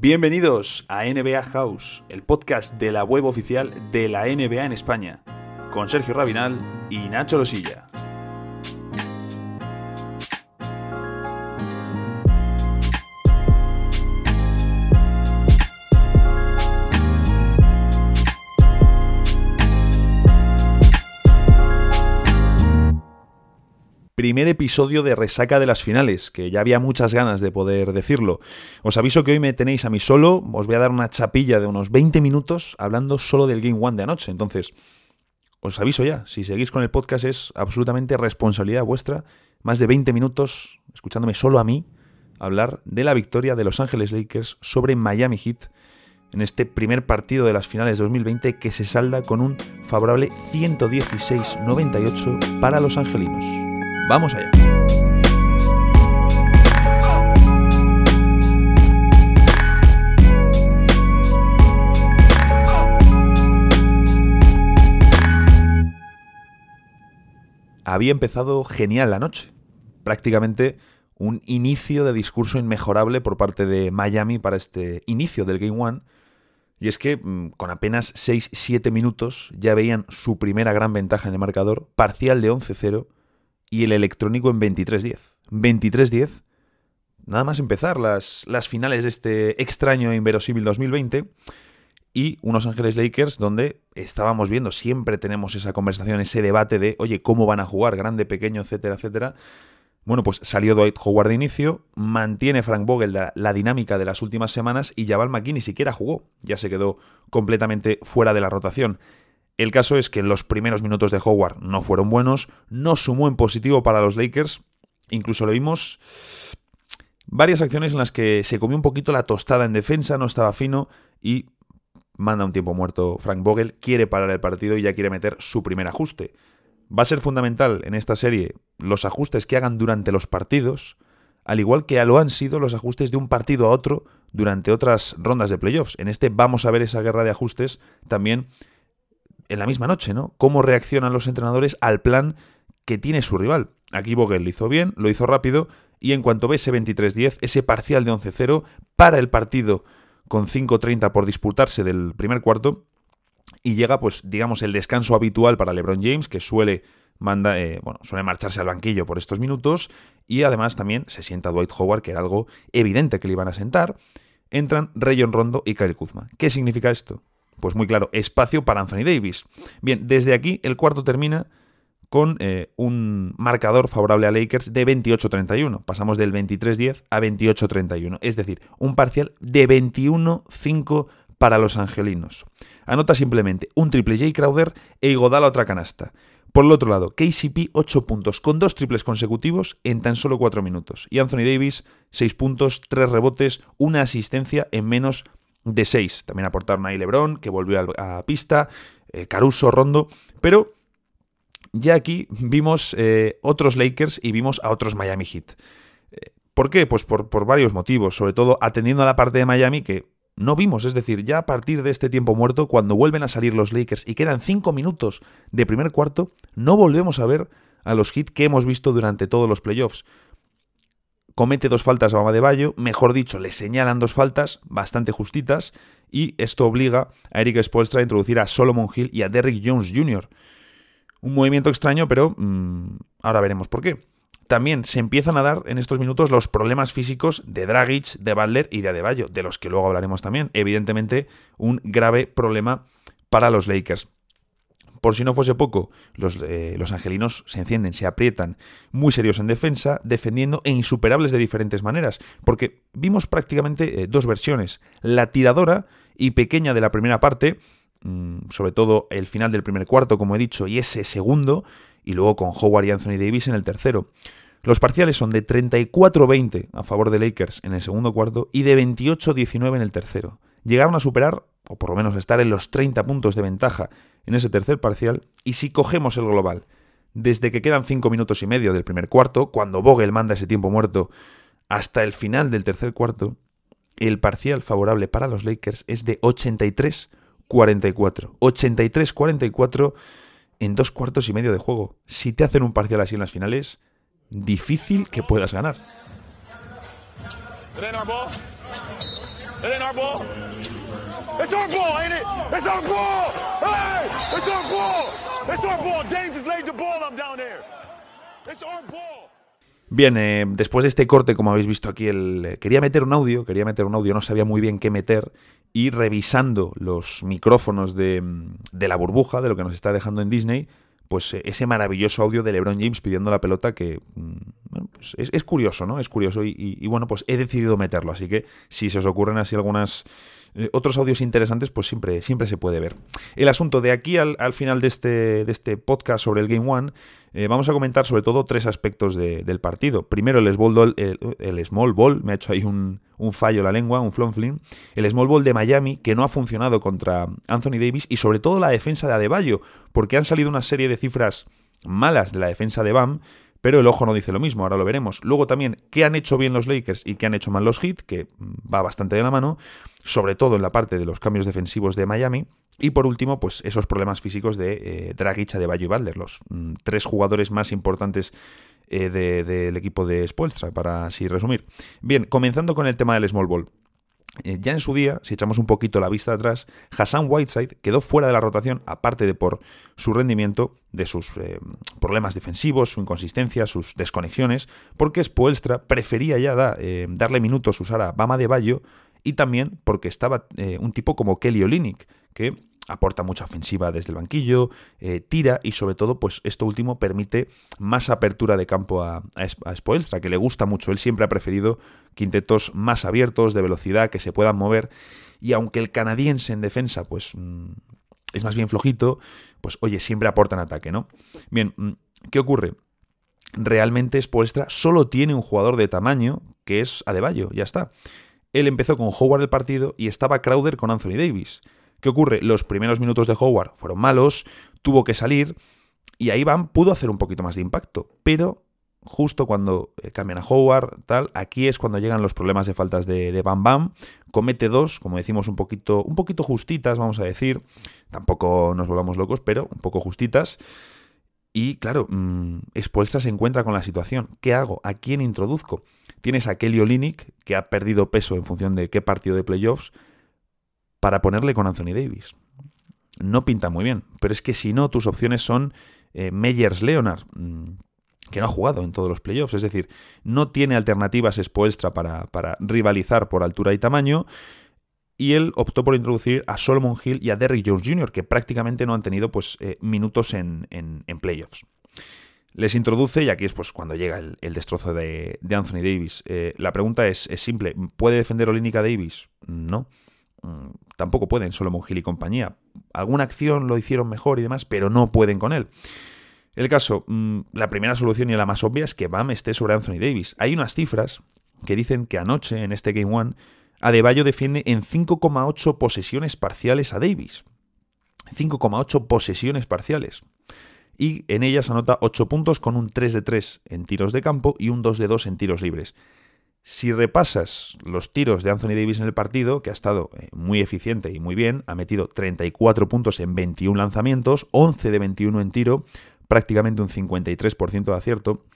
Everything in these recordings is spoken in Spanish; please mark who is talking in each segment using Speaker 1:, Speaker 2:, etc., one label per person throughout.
Speaker 1: Bienvenidos a NBA House, el podcast de la web oficial de la NBA en España, con Sergio Rabinal y Nacho Losilla. Primer episodio de resaca de las finales, que ya había muchas ganas de poder decirlo. Os aviso que hoy me tenéis a mí solo, os voy a dar una chapilla de unos 20 minutos hablando solo del Game 1 de anoche. Entonces, os aviso ya, si seguís con el podcast es absolutamente responsabilidad vuestra. Más de 20 minutos escuchándome solo a mí hablar de la victoria de Los Ángeles Lakers sobre Miami Heat en este primer partido de las finales de 2020 que se salda con un favorable 116-98 para los angelinos. ¡Vamos allá! Había empezado genial la noche. Prácticamente un inicio de discurso inmejorable por parte de Miami para este inicio del Game 1. Y es que con apenas 6-7 minutos ya veían su primera gran ventaja en el marcador, parcial de 11-0, y el electrónico en 23-10. 23-10, nada más empezar las finales de este extraño e inverosímil 2020, y unos Ángeles Lakers donde estábamos viendo, siempre tenemos esa conversación, ese debate de, oye, ¿cómo van a jugar? Grande, pequeño, etcétera, etcétera. Bueno, pues salió Dwight Howard de inicio, mantiene Frank Vogel la dinámica de las últimas semanas y Javal McGee ni siquiera jugó, ya se quedó completamente fuera de la rotación. El caso es que los primeros minutos de Howard no fueron buenos, no sumó en positivo para los Lakers, incluso le vimos varias acciones en las que se comió un poquito la tostada en defensa, no estaba fino y manda un tiempo muerto Frank Vogel, quiere parar el partido y ya quiere meter su primer ajuste. Va a ser fundamental en esta serie los ajustes que hagan durante los partidos, al igual que lo han sido los ajustes de un partido a otro durante otras rondas de playoffs. En este vamos a ver esa guerra de ajustes también en la misma noche, ¿no? Cómo reaccionan los entrenadores al plan que tiene su rival. Aquí Vogel lo hizo bien, lo hizo rápido, y en cuanto ve ese 23-10, ese parcial de 11-0, para el partido con 5:30 por disputarse del primer cuarto, y llega, pues, digamos, el descanso habitual para LeBron James, que suele marcharse al banquillo por estos minutos, y además también se sienta Dwight Howard, que era algo evidente que le iban a sentar. Entran Rajon Rondo y Kyle Kuzma. ¿Qué significa esto? Pues muy claro, espacio para Anthony Davis. Bien, desde aquí el cuarto termina con un marcador favorable a Lakers de 28-31. Pasamos del 23-10 a 28-31. Es decir, un parcial de 21-5 para los angelinos. Anota simplemente un triple Jay Crowder e Iguodala otra canasta. Por el otro lado, KCP 8 puntos con 2 triples consecutivos en tan solo 4 minutos. Y Anthony Davis 6 puntos, 3 rebotes, una asistencia en menos de 6. También aportaron ahí LeBron, que volvió a pista, Caruso, Rondo, pero ya aquí vimos otros Lakers y vimos a otros Miami Heat. ¿Por qué? Pues por varios motivos, sobre todo atendiendo a la parte de Miami que no vimos, es decir, ya a partir de este tiempo muerto, cuando vuelven a salir los Lakers y quedan 5 minutos de primer cuarto, no volvemos a ver a los Heat que hemos visto durante todos los playoffs. Comete 2 faltas a Bam Adebayo, mejor dicho, le señalan 2 faltas bastante justitas y esto obliga a Erik Spoelstra a introducir a Solomon Hill y a Derrick Jones Jr. Un movimiento extraño, pero ahora veremos por qué. También se empiezan a dar en estos minutos los problemas físicos de Dragic, de Butler y de Adebayo, de los que luego hablaremos también. Evidentemente, un grave problema para los Lakers. Por si no fuese poco, los angelinos se encienden, se aprietan, muy serios en defensa, defendiendo e insuperables de diferentes maneras, porque vimos prácticamente 2 versiones, la tiradora y pequeña de la primera parte, sobre todo el final del primer cuarto, como he dicho, y ese segundo, y luego con Howard y Anthony Davis en el tercero. Los parciales son de 34-20 a favor de Lakers en el segundo cuarto y de 28-19 en el tercero. Llegaron a superar, o por lo menos estar en los 30 puntos de ventaja en ese tercer parcial, y si cogemos el global, desde que quedan 5 minutos y medio del primer cuarto, cuando Vogel manda ese tiempo muerto, hasta el final del tercer cuarto, el parcial favorable para los Lakers es de 83-44. 83-44 en 2 cuartos y medio de juego. Si te hacen un parcial así en las finales, difícil que puedas ganar.
Speaker 2: It ain't our ball. It's our ball, ain't it? It's our ball. Hey, it's our ball. It's our ball. James just laid the ball up down there. It's our ball.
Speaker 1: Bien, después de este corte, como habéis visto aquí, quería meter un audio, no sabía muy bien qué meter, y revisando los micrófonos de la burbuja, de lo que nos está dejando en Disney, pues ese maravilloso audio de LeBron James pidiendo la pelota que bueno, pues es curioso, ¿no? Es curioso y bueno, pues he decidido meterlo, así que si se os ocurren así algunas otros audios interesantes, pues siempre se puede ver. El asunto de aquí al final de este podcast sobre el Game One, vamos a comentar sobre todo tres aspectos del partido. Primero el small ball, me ha hecho ahí un fallo la lengua, un flonflin. El small ball de Miami, que no ha funcionado contra Anthony Davis, y sobre todo la defensa de Adebayo, porque han salido una serie de cifras malas de la defensa de Bam, pero el ojo no dice lo mismo, ahora lo veremos. Luego también qué han hecho bien los Lakers y qué han hecho mal los Heat, que va bastante de la mano, sobre todo en la parte de los cambios defensivos de Miami. Y por último, pues esos problemas físicos de Dragic, Adebayo y Butler, los tres jugadores más importantes del equipo de Spoelstra, para así resumir. Bien, comenzando con el tema del small ball. Ya en su día, si echamos un poquito la vista atrás, Hassan Whiteside quedó fuera de la rotación, aparte de por su rendimiento, de sus problemas defensivos, su inconsistencia, sus desconexiones, porque Spoelstra prefería ya darle minutos usar a Bam Adebayo, y también porque estaba un tipo como Kelly Olynyk, que aporta mucha ofensiva desde el banquillo, tira y sobre todo pues esto último permite más apertura de campo a Spoelstra, que le gusta mucho. Él siempre ha preferido quintetos más abiertos, de velocidad, que se puedan mover, y aunque el canadiense en defensa pues es más bien flojito, pues oye, siempre aporta en ataque, ¿no? Bien, ¿qué ocurre? Realmente Spoelstra solo tiene un jugador de tamaño, que es Adebayo, ya está. Él empezó con Howard el partido y estaba Crowder con Anthony Davis. ¿Qué ocurre? Los primeros minutos de Howard fueron malos, tuvo que salir y ahí Bam pudo hacer un poquito más de impacto, pero justo cuando cambian a Howard, aquí es cuando llegan los problemas de faltas de Bam Bam. Comete dos, como decimos, un poquito justitas, vamos a decir. Tampoco nos volvamos locos, pero un poco justitas. Y claro, Spoelstra se encuentra con la situación. ¿Qué hago? ¿A quién introduzco? Tienes a Kelly Olynyk, que ha perdido peso en función de qué partido de playoffs, para ponerle con Anthony Davis. No pinta muy bien, pero es que si no, tus opciones son Meyers Leonard, que no ha jugado en todos los playoffs, es decir, no tiene alternativas Spoelstra para rivalizar por altura y tamaño, y él optó por introducir a Solomon Hill y a Derrick Jones Jr., que prácticamente no han tenido pues minutos en playoffs. Les introduce, y aquí es pues cuando llega el destrozo de Anthony Davis. La pregunta es simple, ¿puede defender Olynyk a Davis? No. Tampoco pueden Solomon Hill y compañía. Alguna acción lo hicieron mejor y demás, pero no pueden con él. El caso, la primera solución y la más obvia es que Bam esté sobre Anthony Davis. Hay unas cifras que dicen que anoche, en este Game One, Adebayo defiende en 5,8 posesiones parciales a Davis. 5,8 posesiones parciales. Y en ellas anota 8 puntos con un 3 de 3 en tiros de campo y un 2 de 2 en tiros libres. Si repasas los tiros de Anthony Davis en el partido, que ha estado muy eficiente y muy bien, ha metido 34 puntos en 21 lanzamientos, 11 de 21 en tiro, prácticamente un 53% de acierto.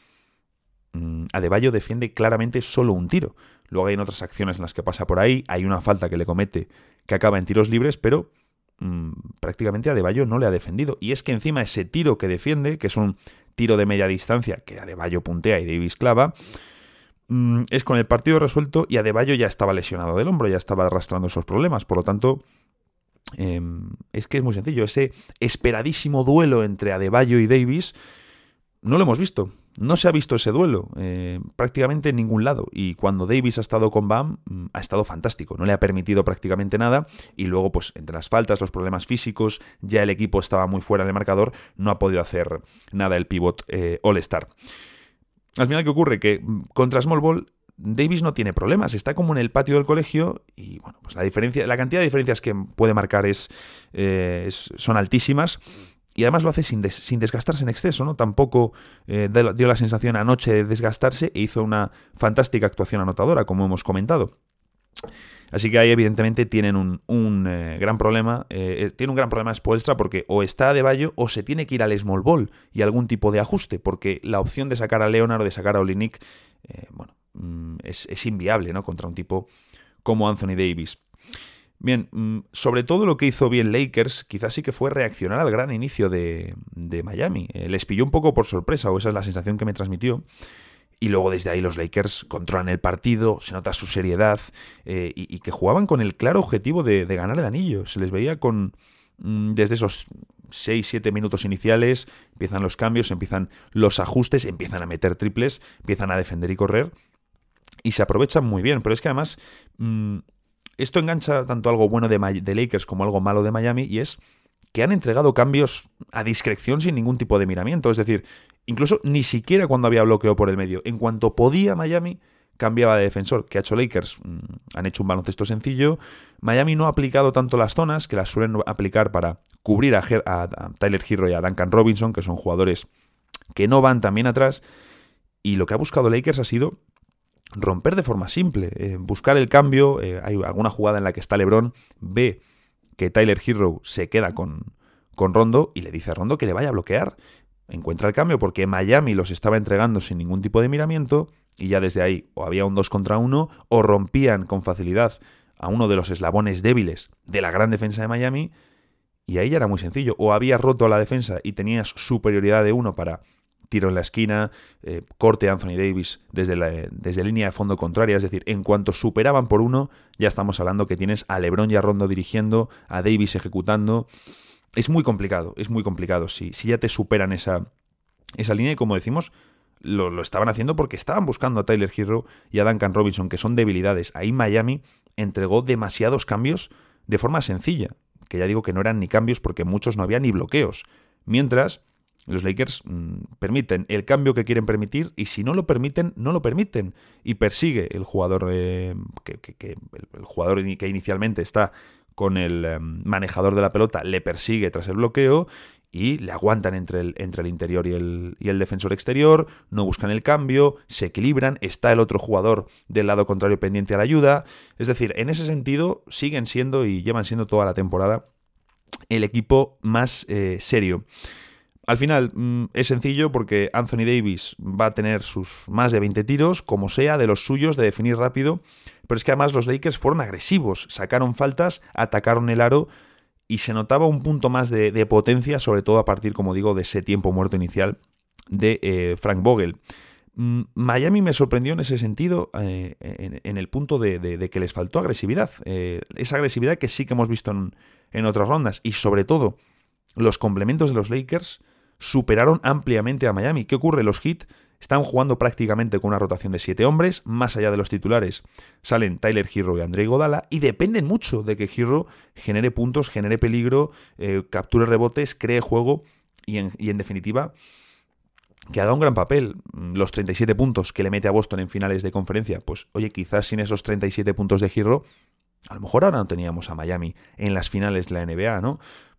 Speaker 1: Adebayo defiende claramente solo un tiro. Luego hay otras acciones en las que pasa por ahí, hay una falta que le comete que acaba en tiros libres, pero prácticamente Adebayo no le ha defendido. Y es que encima ese tiro que defiende, que es un tiro de media distancia que Adebayo puntea y Davis clava, es con el partido resuelto y Adebayo ya estaba lesionado del hombro, ya estaba arrastrando esos problemas. Por lo tanto, es que es muy sencillo. Ese esperadísimo duelo entre Adebayo y Davis no lo hemos visto. No se ha visto ese duelo prácticamente en ningún lado. Y cuando Davis ha estado con Bam, ha estado fantástico. No le ha permitido prácticamente nada. Y luego, pues entre las faltas, los problemas físicos, ya el equipo estaba muy fuera del marcador. No ha podido hacer nada el pivot All-Star. Al final, ¿qué ocurre? Que contra Small Ball, Davis no tiene problemas. Está como en el patio del colegio y, bueno, pues la cantidad de diferencias que puede marcar son altísimas. Y además lo hace sin desgastarse en exceso, ¿no? Tampoco dio la sensación anoche de desgastarse e hizo una fantástica actuación anotadora, como hemos comentado. Así que ahí evidentemente tienen un gran problema. Tiene un gran problema Spoelstra porque o está Adebayo o se tiene que ir al small ball y algún tipo de ajuste, porque la opción de sacar a Leonard o de sacar a Olynyk, es inviable, ¿no? Contra un tipo como Anthony Davis. Bien, sobre todo lo que hizo bien Lakers, quizás sí que fue reaccionar al gran inicio de Miami. Les pilló un poco por sorpresa, o esa es la sensación que me transmitió. Y luego desde ahí los Lakers controlan el partido, se nota su seriedad y que jugaban con el claro objetivo de ganar el anillo. Se les veía desde esos 6-7 minutos iniciales, empiezan los cambios, empiezan los ajustes, empiezan a meter triples, empiezan a defender y correr y se aprovechan muy bien. Pero es que además esto engancha tanto algo bueno de Lakers como algo malo de Miami, y es que han entregado cambios a discreción sin ningún tipo de miramiento. Es decir, incluso ni siquiera cuando había bloqueo por el medio. En cuanto podía Miami, cambiaba de defensor. ¿Qué ha hecho Lakers? Han hecho un baloncesto sencillo. Miami no ha aplicado tanto las zonas, que las suelen aplicar para cubrir a Tyler Herro y a Duncan Robinson, que son jugadores que no van tan bien atrás. Y lo que ha buscado Lakers ha sido romper de forma simple, buscar el cambio. Hay alguna jugada en la que está LeBron, ve que Tyler Herro se queda con Rondo y le dice a Rondo que le vaya a bloquear. Encuentra el cambio porque Miami los estaba entregando sin ningún tipo de miramiento y ya desde ahí o había un 2 contra 1 o rompían con facilidad a uno de los eslabones débiles de la gran defensa de Miami, y ahí ya era muy sencillo. O habías roto a la defensa y tenías superioridad de 1 para tiro en la esquina, corte a Anthony Davis desde línea de fondo contraria. Es decir, en cuanto superaban por 1, ya estamos hablando que tienes a LeBron y a Rondo dirigiendo, a Davis ejecutando. Es muy complicado. Si ya te superan esa línea, y como decimos, lo estaban haciendo porque estaban buscando a Tyler Herro y a Duncan Robinson, que son debilidades. Ahí Miami entregó demasiados cambios de forma sencilla, que ya digo que no eran ni cambios porque muchos no había ni bloqueos. Mientras los Lakers permiten el cambio que quieren permitir, y si no lo permiten, no lo permiten. Y persigue el jugador el jugador que inicialmente está con el manejador de la pelota, le persigue tras el bloqueo y le aguantan entre el interior y el defensor exterior, no buscan el cambio, se equilibran, está el otro jugador del lado contrario pendiente a la ayuda. Es decir, en ese sentido siguen siendo y llevan siendo toda la temporada el equipo más serio. Al final es sencillo porque Anthony Davis va a tener sus más de 20 tiros, como sea, de los suyos, de definir rápido, pero es que además los Lakers fueron agresivos, sacaron faltas, atacaron el aro y se notaba un punto más de potencia, sobre todo a partir, como digo, de ese tiempo muerto inicial de Frank Vogel. Miami me sorprendió en ese sentido, en el punto de que les faltó agresividad, esa agresividad que sí que hemos visto en otras rondas, y sobre todo los complementos de los Lakers superaron ampliamente a Miami. ¿Qué ocurre? Los Heat están jugando prácticamente con una rotación de 7 hombres, más allá de los titulares salen Tyler Herro y Andre Iguodala, y dependen mucho de que Herro genere puntos, genere peligro, capture rebotes, cree juego y en definitiva que haga un gran papel. Los 37 puntos que le mete a Boston en finales de conferencia, pues oye, quizás sin esos 37 puntos de Herro, a lo mejor ahora no teníamos a Miami en las finales de la NBA, ¿no?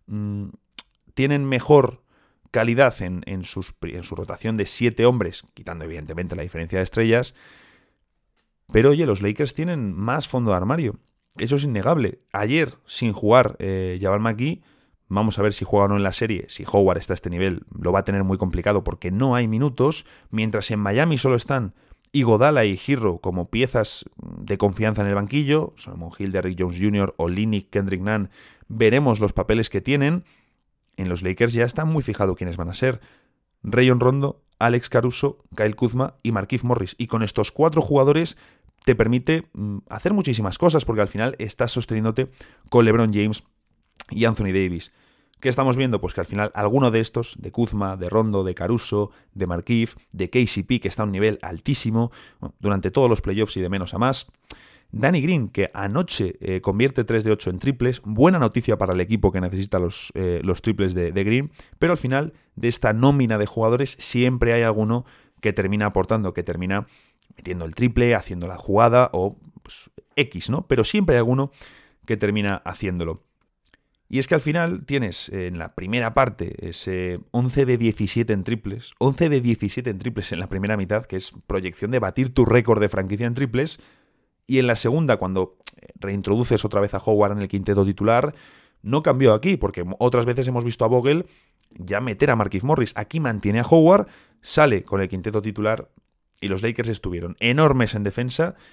Speaker 1: Tienen mejor calidad en su rotación de 7 hombres, quitando evidentemente la diferencia de estrellas, pero oye, los Lakers tienen más fondo de armario, eso es innegable. Ayer, sin jugar Javal McGee, vamos a ver si juega o no en la serie. Si Howard está a este nivel, lo va a tener muy complicado porque no hay minutos, mientras en Miami solo están Iguodala y Herro como piezas de confianza en el banquillo, Solomon Hill, Derrick Jones Jr., Olynyk, Kendrick Nunn. Veremos los papeles que tienen. En los Lakers ya está muy fijado quiénes van a ser: Rajon Rondo, Alex Caruso, Kyle Kuzma y Markieff Morris. Y con estos 4 jugadores te permite hacer muchísimas cosas, porque al final estás sosteniéndote con LeBron James y Anthony Davis. ¿Qué estamos viendo? Pues que al final alguno de estos, de Kuzma, de Rondo, de Caruso, de Markieff, de KCP, que está a un nivel altísimo durante todos los playoffs y de menos a más. Danny Green, que anoche convierte 3 de 8 en triples. Buena noticia para el equipo que necesita los triples de Green. Pero al final de esta nómina de jugadores siempre hay alguno que termina aportando, que termina metiendo el triple, haciendo la jugada o pues, X, ¿no? Pero siempre hay alguno que termina haciéndolo. Y es que al final tienes en la primera parte ese 11 de 17 en triples. 11 de 17 en triples en la primera mitad, que es proyección de batir tu récord de franquicia en triples. Y en la segunda, cuando reintroduces otra vez a Howard en el quinteto titular, no cambió aquí, porque otras veces hemos visto a Vogel ya meter a Markieff Morris. Aquí mantiene a Howard, sale con el quinteto titular y los Lakers estuvieron enormes en defensa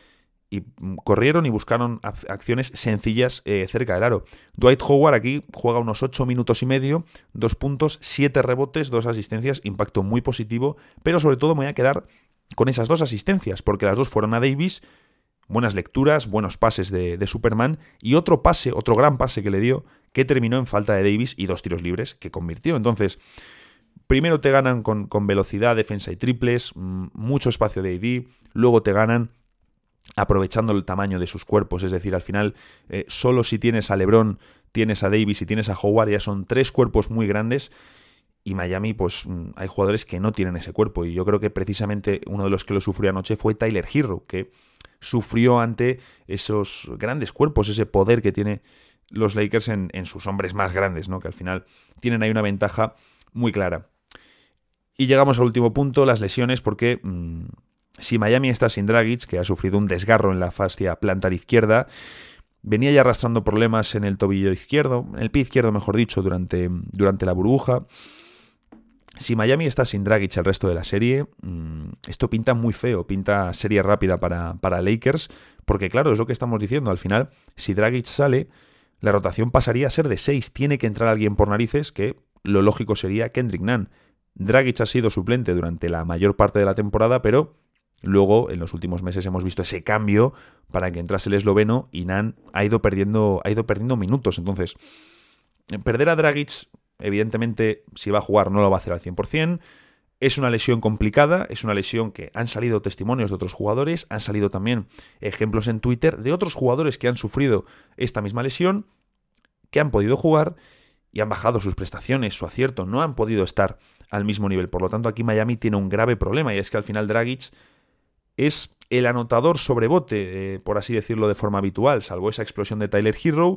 Speaker 1: y corrieron y buscaron acciones sencillas cerca del aro. Dwight Howard aquí juega unos 8 minutos y medio, 2 puntos, 7 rebotes, 2 asistencias, impacto muy positivo, pero sobre todo me voy a quedar con esas 2 asistencias, porque las 2 fueron a Davis, buenas lecturas, buenos pases de Superman, y otro gran pase que le dio, que terminó en falta de Davis y 2 tiros libres que convirtió. Entonces, primero te ganan con velocidad, defensa y triples, mucho espacio de AD, luego te ganan aprovechando el tamaño de sus cuerpos, es decir, al final solo si tienes a LeBron, tienes a Davis y tienes a Howard, ya son 3 cuerpos muy grandes, y Miami pues hay jugadores que no tienen ese cuerpo, y yo creo que precisamente uno de los que lo sufrió anoche fue Tyler Herro, que sufrió ante esos grandes cuerpos, ese poder que tiene los Lakers en sus hombres más grandes, ¿no? Que al final tienen ahí una ventaja muy clara. Y llegamos al último punto, las lesiones, porque si Miami está sin Dragic, que ha sufrido un desgarro en la fascia plantar izquierda, venía ya arrastrando problemas en el tobillo izquierdo, en el pie izquierdo mejor dicho, durante la burbuja. Si Miami está sin Dragic el resto de la serie, esto pinta muy feo, pinta serie rápida para Lakers, porque claro, es lo que estamos diciendo, al final, si Dragic sale, la rotación pasaría a ser de 6, tiene que entrar alguien por narices, que lo lógico sería Kendrick Nunn. Dragic ha sido suplente durante la mayor parte de la temporada, pero luego en los últimos meses hemos visto ese cambio para que entrase el esloveno y Nunn ha ido perdiendo minutos. Entonces, perder a Dragic, evidentemente, si va a jugar no lo va a hacer al 100%. Es una lesión complicada, es una lesión que han salido testimonios de otros jugadores, han salido también ejemplos en Twitter de otros jugadores que han sufrido esta misma lesión, que han podido jugar y han bajado sus prestaciones, su acierto, no han podido estar al mismo nivel. Por lo tanto, aquí Miami tiene un grave problema, y es que al final Dragic es el anotador sobre bote, por así decirlo de forma habitual, salvo esa explosión de Tyler Herro.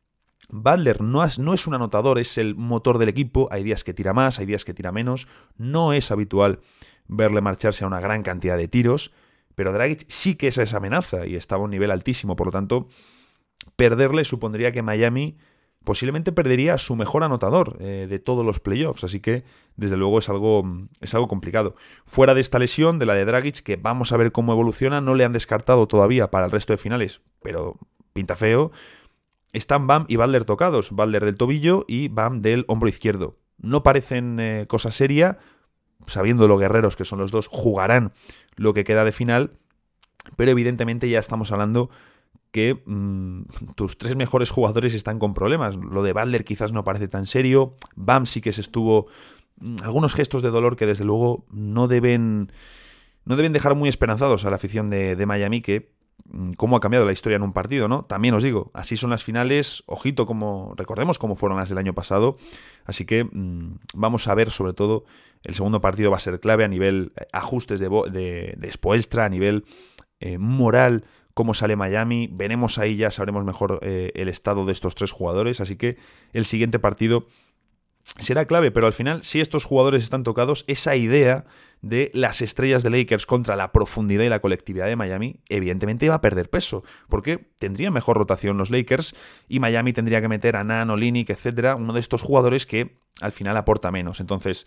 Speaker 1: Butler no es un anotador, es el motor del equipo, hay días que tira más, hay días que tira menos, no es habitual verle marcharse a una gran cantidad de tiros, pero Dragic sí que es esa amenaza y estaba a un nivel altísimo, por lo tanto, perderle supondría que Miami posiblemente perdería a su mejor anotador de todos los playoffs, así que desde luego es algo complicado. Fuera de esta lesión, de la de Dragic, que vamos a ver cómo evoluciona, no le han descartado todavía para el resto de finales, pero pinta feo. Están Bam y Butler tocados, Butler del tobillo y Bam del hombro izquierdo. No parecen cosa seria, sabiendo lo guerreros que son los dos, jugarán lo que queda de final, pero evidentemente ya estamos hablando que tus 3 mejores jugadores están con problemas. Lo de Butler quizás no parece tan serio, Bam sí que se estuvo algunos gestos de dolor que desde luego no deben dejar muy esperanzados a la afición de Miami, que cómo ha cambiado la historia en un partido, ¿no? También os digo, así son las finales, ojito, recordemos cómo fueron las del año pasado, así que vamos a ver, sobre todo, el segundo partido va a ser clave a nivel ajustes de Spoelstra, a nivel moral, cómo sale Miami, veremos ahí, ya sabremos mejor el estado de estos 3 jugadores, así que el siguiente partido será clave, pero al final, si estos jugadores están tocados, esa idea de las estrellas de Lakers contra la profundidad y la colectividad de Miami, evidentemente va a perder peso, porque tendría mejor rotación los Lakers y Miami tendría que meter a Nunn, Olynyk, etcétera, uno de estos jugadores que al final aporta menos. Entonces,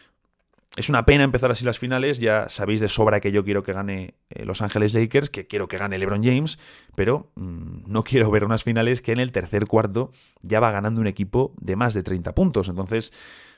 Speaker 1: es una pena empezar así las finales, ya sabéis de sobra que yo quiero que gane Los Ángeles Lakers, que quiero que gane LeBron James, pero no quiero ver unas finales que en el tercer cuarto ya va ganando un equipo de más de 30 puntos. Entonces,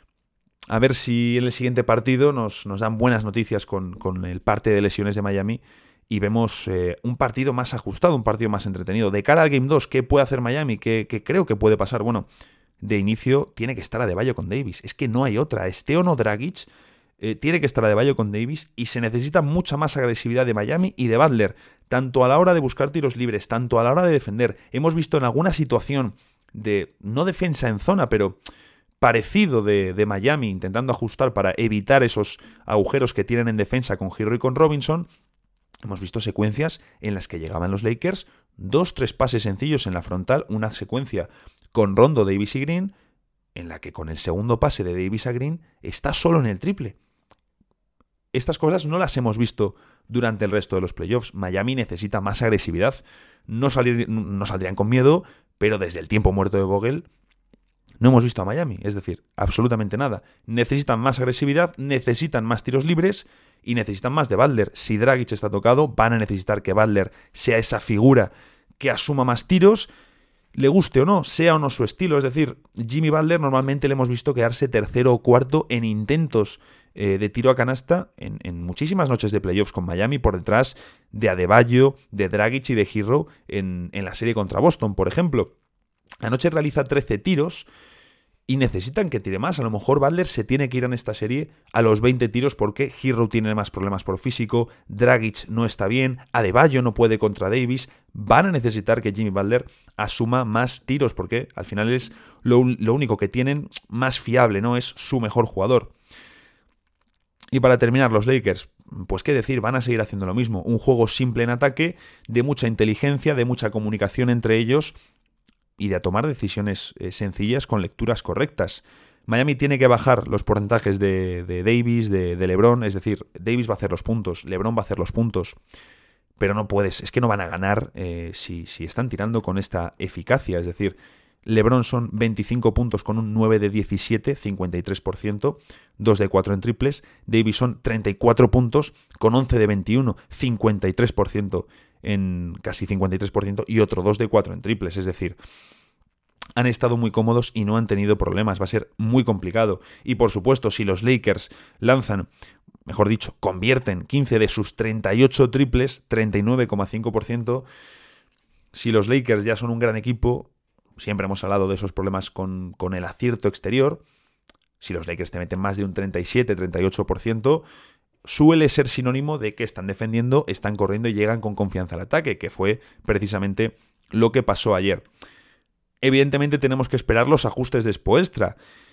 Speaker 1: a ver si en el siguiente partido nos dan buenas noticias con el parte de lesiones de Miami y vemos un partido más ajustado, un partido más entretenido. De cara al Game 2, ¿qué puede hacer Miami? ¿Qué creo que puede pasar? Bueno, de inicio tiene que estar Adebayo con Davis. Es que no hay otra. Esté o no Dragic, tiene que estar Adebayo con Davis y se necesita mucha más agresividad de Miami y de Butler, tanto a la hora de buscar tiros libres, tanto a la hora de defender. Hemos visto en alguna situación de, no defensa en zona, pero parecido de Miami, intentando ajustar para evitar esos agujeros que tienen en defensa con Herro y con Robinson. Hemos visto secuencias en las que llegaban los Lakers, 2-3 pases sencillos en la frontal, una secuencia con Rondo, Davis y Green, en la que con el segundo pase de Davis a Green está solo en el triple. Estas cosas no las hemos visto durante el resto de los playoffs. Miami necesita más agresividad. No saldrían con miedo, pero desde el tiempo muerto de Vogel no hemos visto a Miami. Es decir, absolutamente nada. Necesitan más agresividad, necesitan más tiros libres y necesitan más de Butler. Si Dragic está tocado, van a necesitar que Butler sea esa figura que asuma más tiros, le guste o no, sea o no su estilo. Es decir, Jimmy Butler normalmente le hemos visto quedarse tercero o cuarto en intentos de tiro a canasta en muchísimas noches de playoffs con Miami, por detrás de Adebayo, de Dragic y de Herro en la serie contra Boston, por ejemplo. Anoche realiza 13 tiros y necesitan que tire más. A lo mejor Butler se tiene que ir en esta serie a los 20 tiros porque Herro tiene más problemas por físico, Dragic no está bien, Adebayo no puede contra Davis. Van a necesitar que Jimmy Butler asuma más tiros porque al final es lo único que tienen más fiable, ¿no? Es su mejor jugador. Y para terminar, los Lakers, pues qué decir, van a seguir haciendo lo mismo. Un juego simple en ataque, de mucha inteligencia, de mucha comunicación entre ellos y de tomar decisiones sencillas con lecturas correctas. Miami tiene que bajar los porcentajes de Davis, de LeBron, es decir, Davis va a hacer los puntos, LeBron va a hacer los puntos, pero no puedes, es que no van a ganar si están tirando con esta eficacia, es decir, LeBron son 25 puntos con un 9 de 17, 53%, 2 de 4 en triples, Davis son 34 puntos con 11 de 21, 53%, en casi 53% y otro 2 de 4 en triples, es decir, han estado muy cómodos y no han tenido problemas, va a ser muy complicado. Y por supuesto, si los Lakers lanzan, mejor dicho, convierten 15 de sus 38 triples, 39,5%, si los Lakers ya son un gran equipo, siempre hemos hablado de esos problemas con el acierto exterior, si los Lakers te meten más de un 37, 38%, suele ser sinónimo de que están defendiendo, están corriendo y llegan con confianza al ataque, que fue precisamente lo que pasó ayer. Evidentemente tenemos que esperar los ajustes de Spoelstra.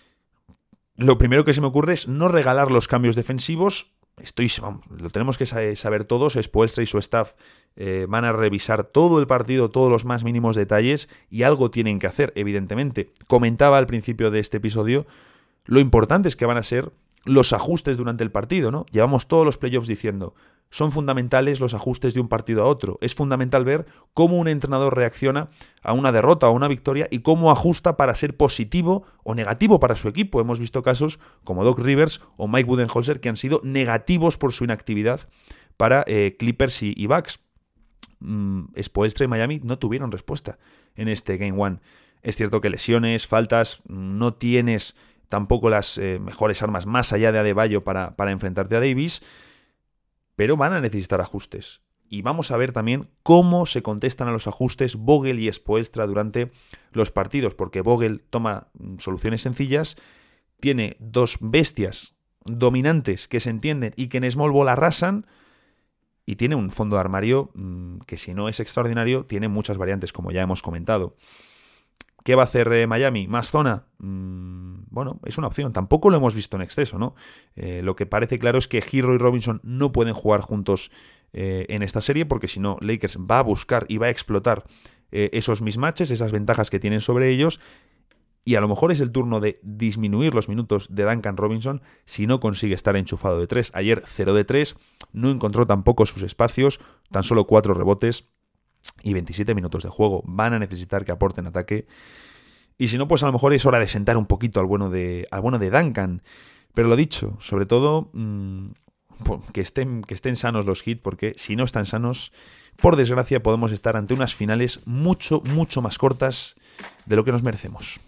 Speaker 1: Lo primero que se me ocurre es no regalar los cambios defensivos. Lo tenemos que saber todos. Spoelstra y su staff van a revisar todo el partido, todos los más mínimos detalles, y algo tienen que hacer, evidentemente. Comentaba al principio de este episodio lo importante es que van a ser los ajustes durante el partido, ¿no? Llevamos todos los playoffs diciendo, son fundamentales los ajustes de un partido a otro. Es fundamental ver cómo un entrenador reacciona a una derrota o a una victoria y cómo ajusta para ser positivo o negativo para su equipo. Hemos visto casos como Doc Rivers o Mike Budenholzer que han sido negativos por su inactividad para Clippers y Bucks. Spoelstra y Miami no tuvieron respuesta en este Game 1. Es cierto que lesiones, faltas, no tienes tampoco las mejores armas más allá de Adebayo para enfrentarte a Davis, pero van a necesitar ajustes. Y vamos a ver también cómo se contestan a los ajustes Vogel y Spoelstra durante los partidos, porque Vogel toma soluciones sencillas, tiene dos bestias dominantes que se entienden y que en small ball arrasan, y tiene un fondo de armario que, si no es extraordinario, tiene muchas variantes, como ya hemos comentado. ¿Qué va a hacer Miami? ¿Más zona? Bueno, es una opción. Tampoco lo hemos visto en exceso, ¿no? Lo que parece claro es que Herro y Robinson no pueden jugar juntos en esta serie, porque si no, Lakers va a buscar y va a explotar esos mismatches, esas ventajas que tienen sobre ellos, y a lo mejor es el turno de disminuir los minutos de Duncan Robinson si no consigue estar enchufado de 3. Ayer 0 de 3, no encontró tampoco sus espacios, tan solo 4 rebotes y 27 minutos de juego. Van a necesitar que aporten ataque. Y si no, pues a lo mejor es hora de sentar un poquito al bueno de Duncan. Pero lo dicho, sobre todo que estén sanos los Heat, porque si no están sanos, por desgracia podemos estar ante unas finales mucho, mucho más cortas de lo que nos merecemos.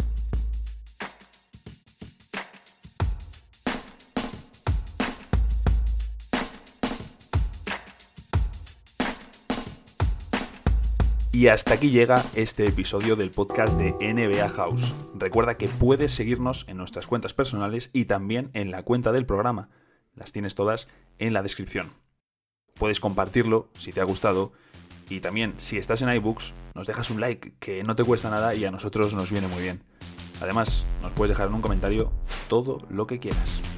Speaker 1: Y hasta aquí llega este episodio del podcast de NBA House. Recuerda que puedes seguirnos en nuestras cuentas personales y también en la cuenta del programa. Las tienes todas en la descripción. Puedes compartirlo si te ha gustado, y también, si estás en iBooks, nos dejas un like, que no te cuesta nada y a nosotros nos viene muy bien. Además, nos puedes dejar en un comentario todo lo que quieras.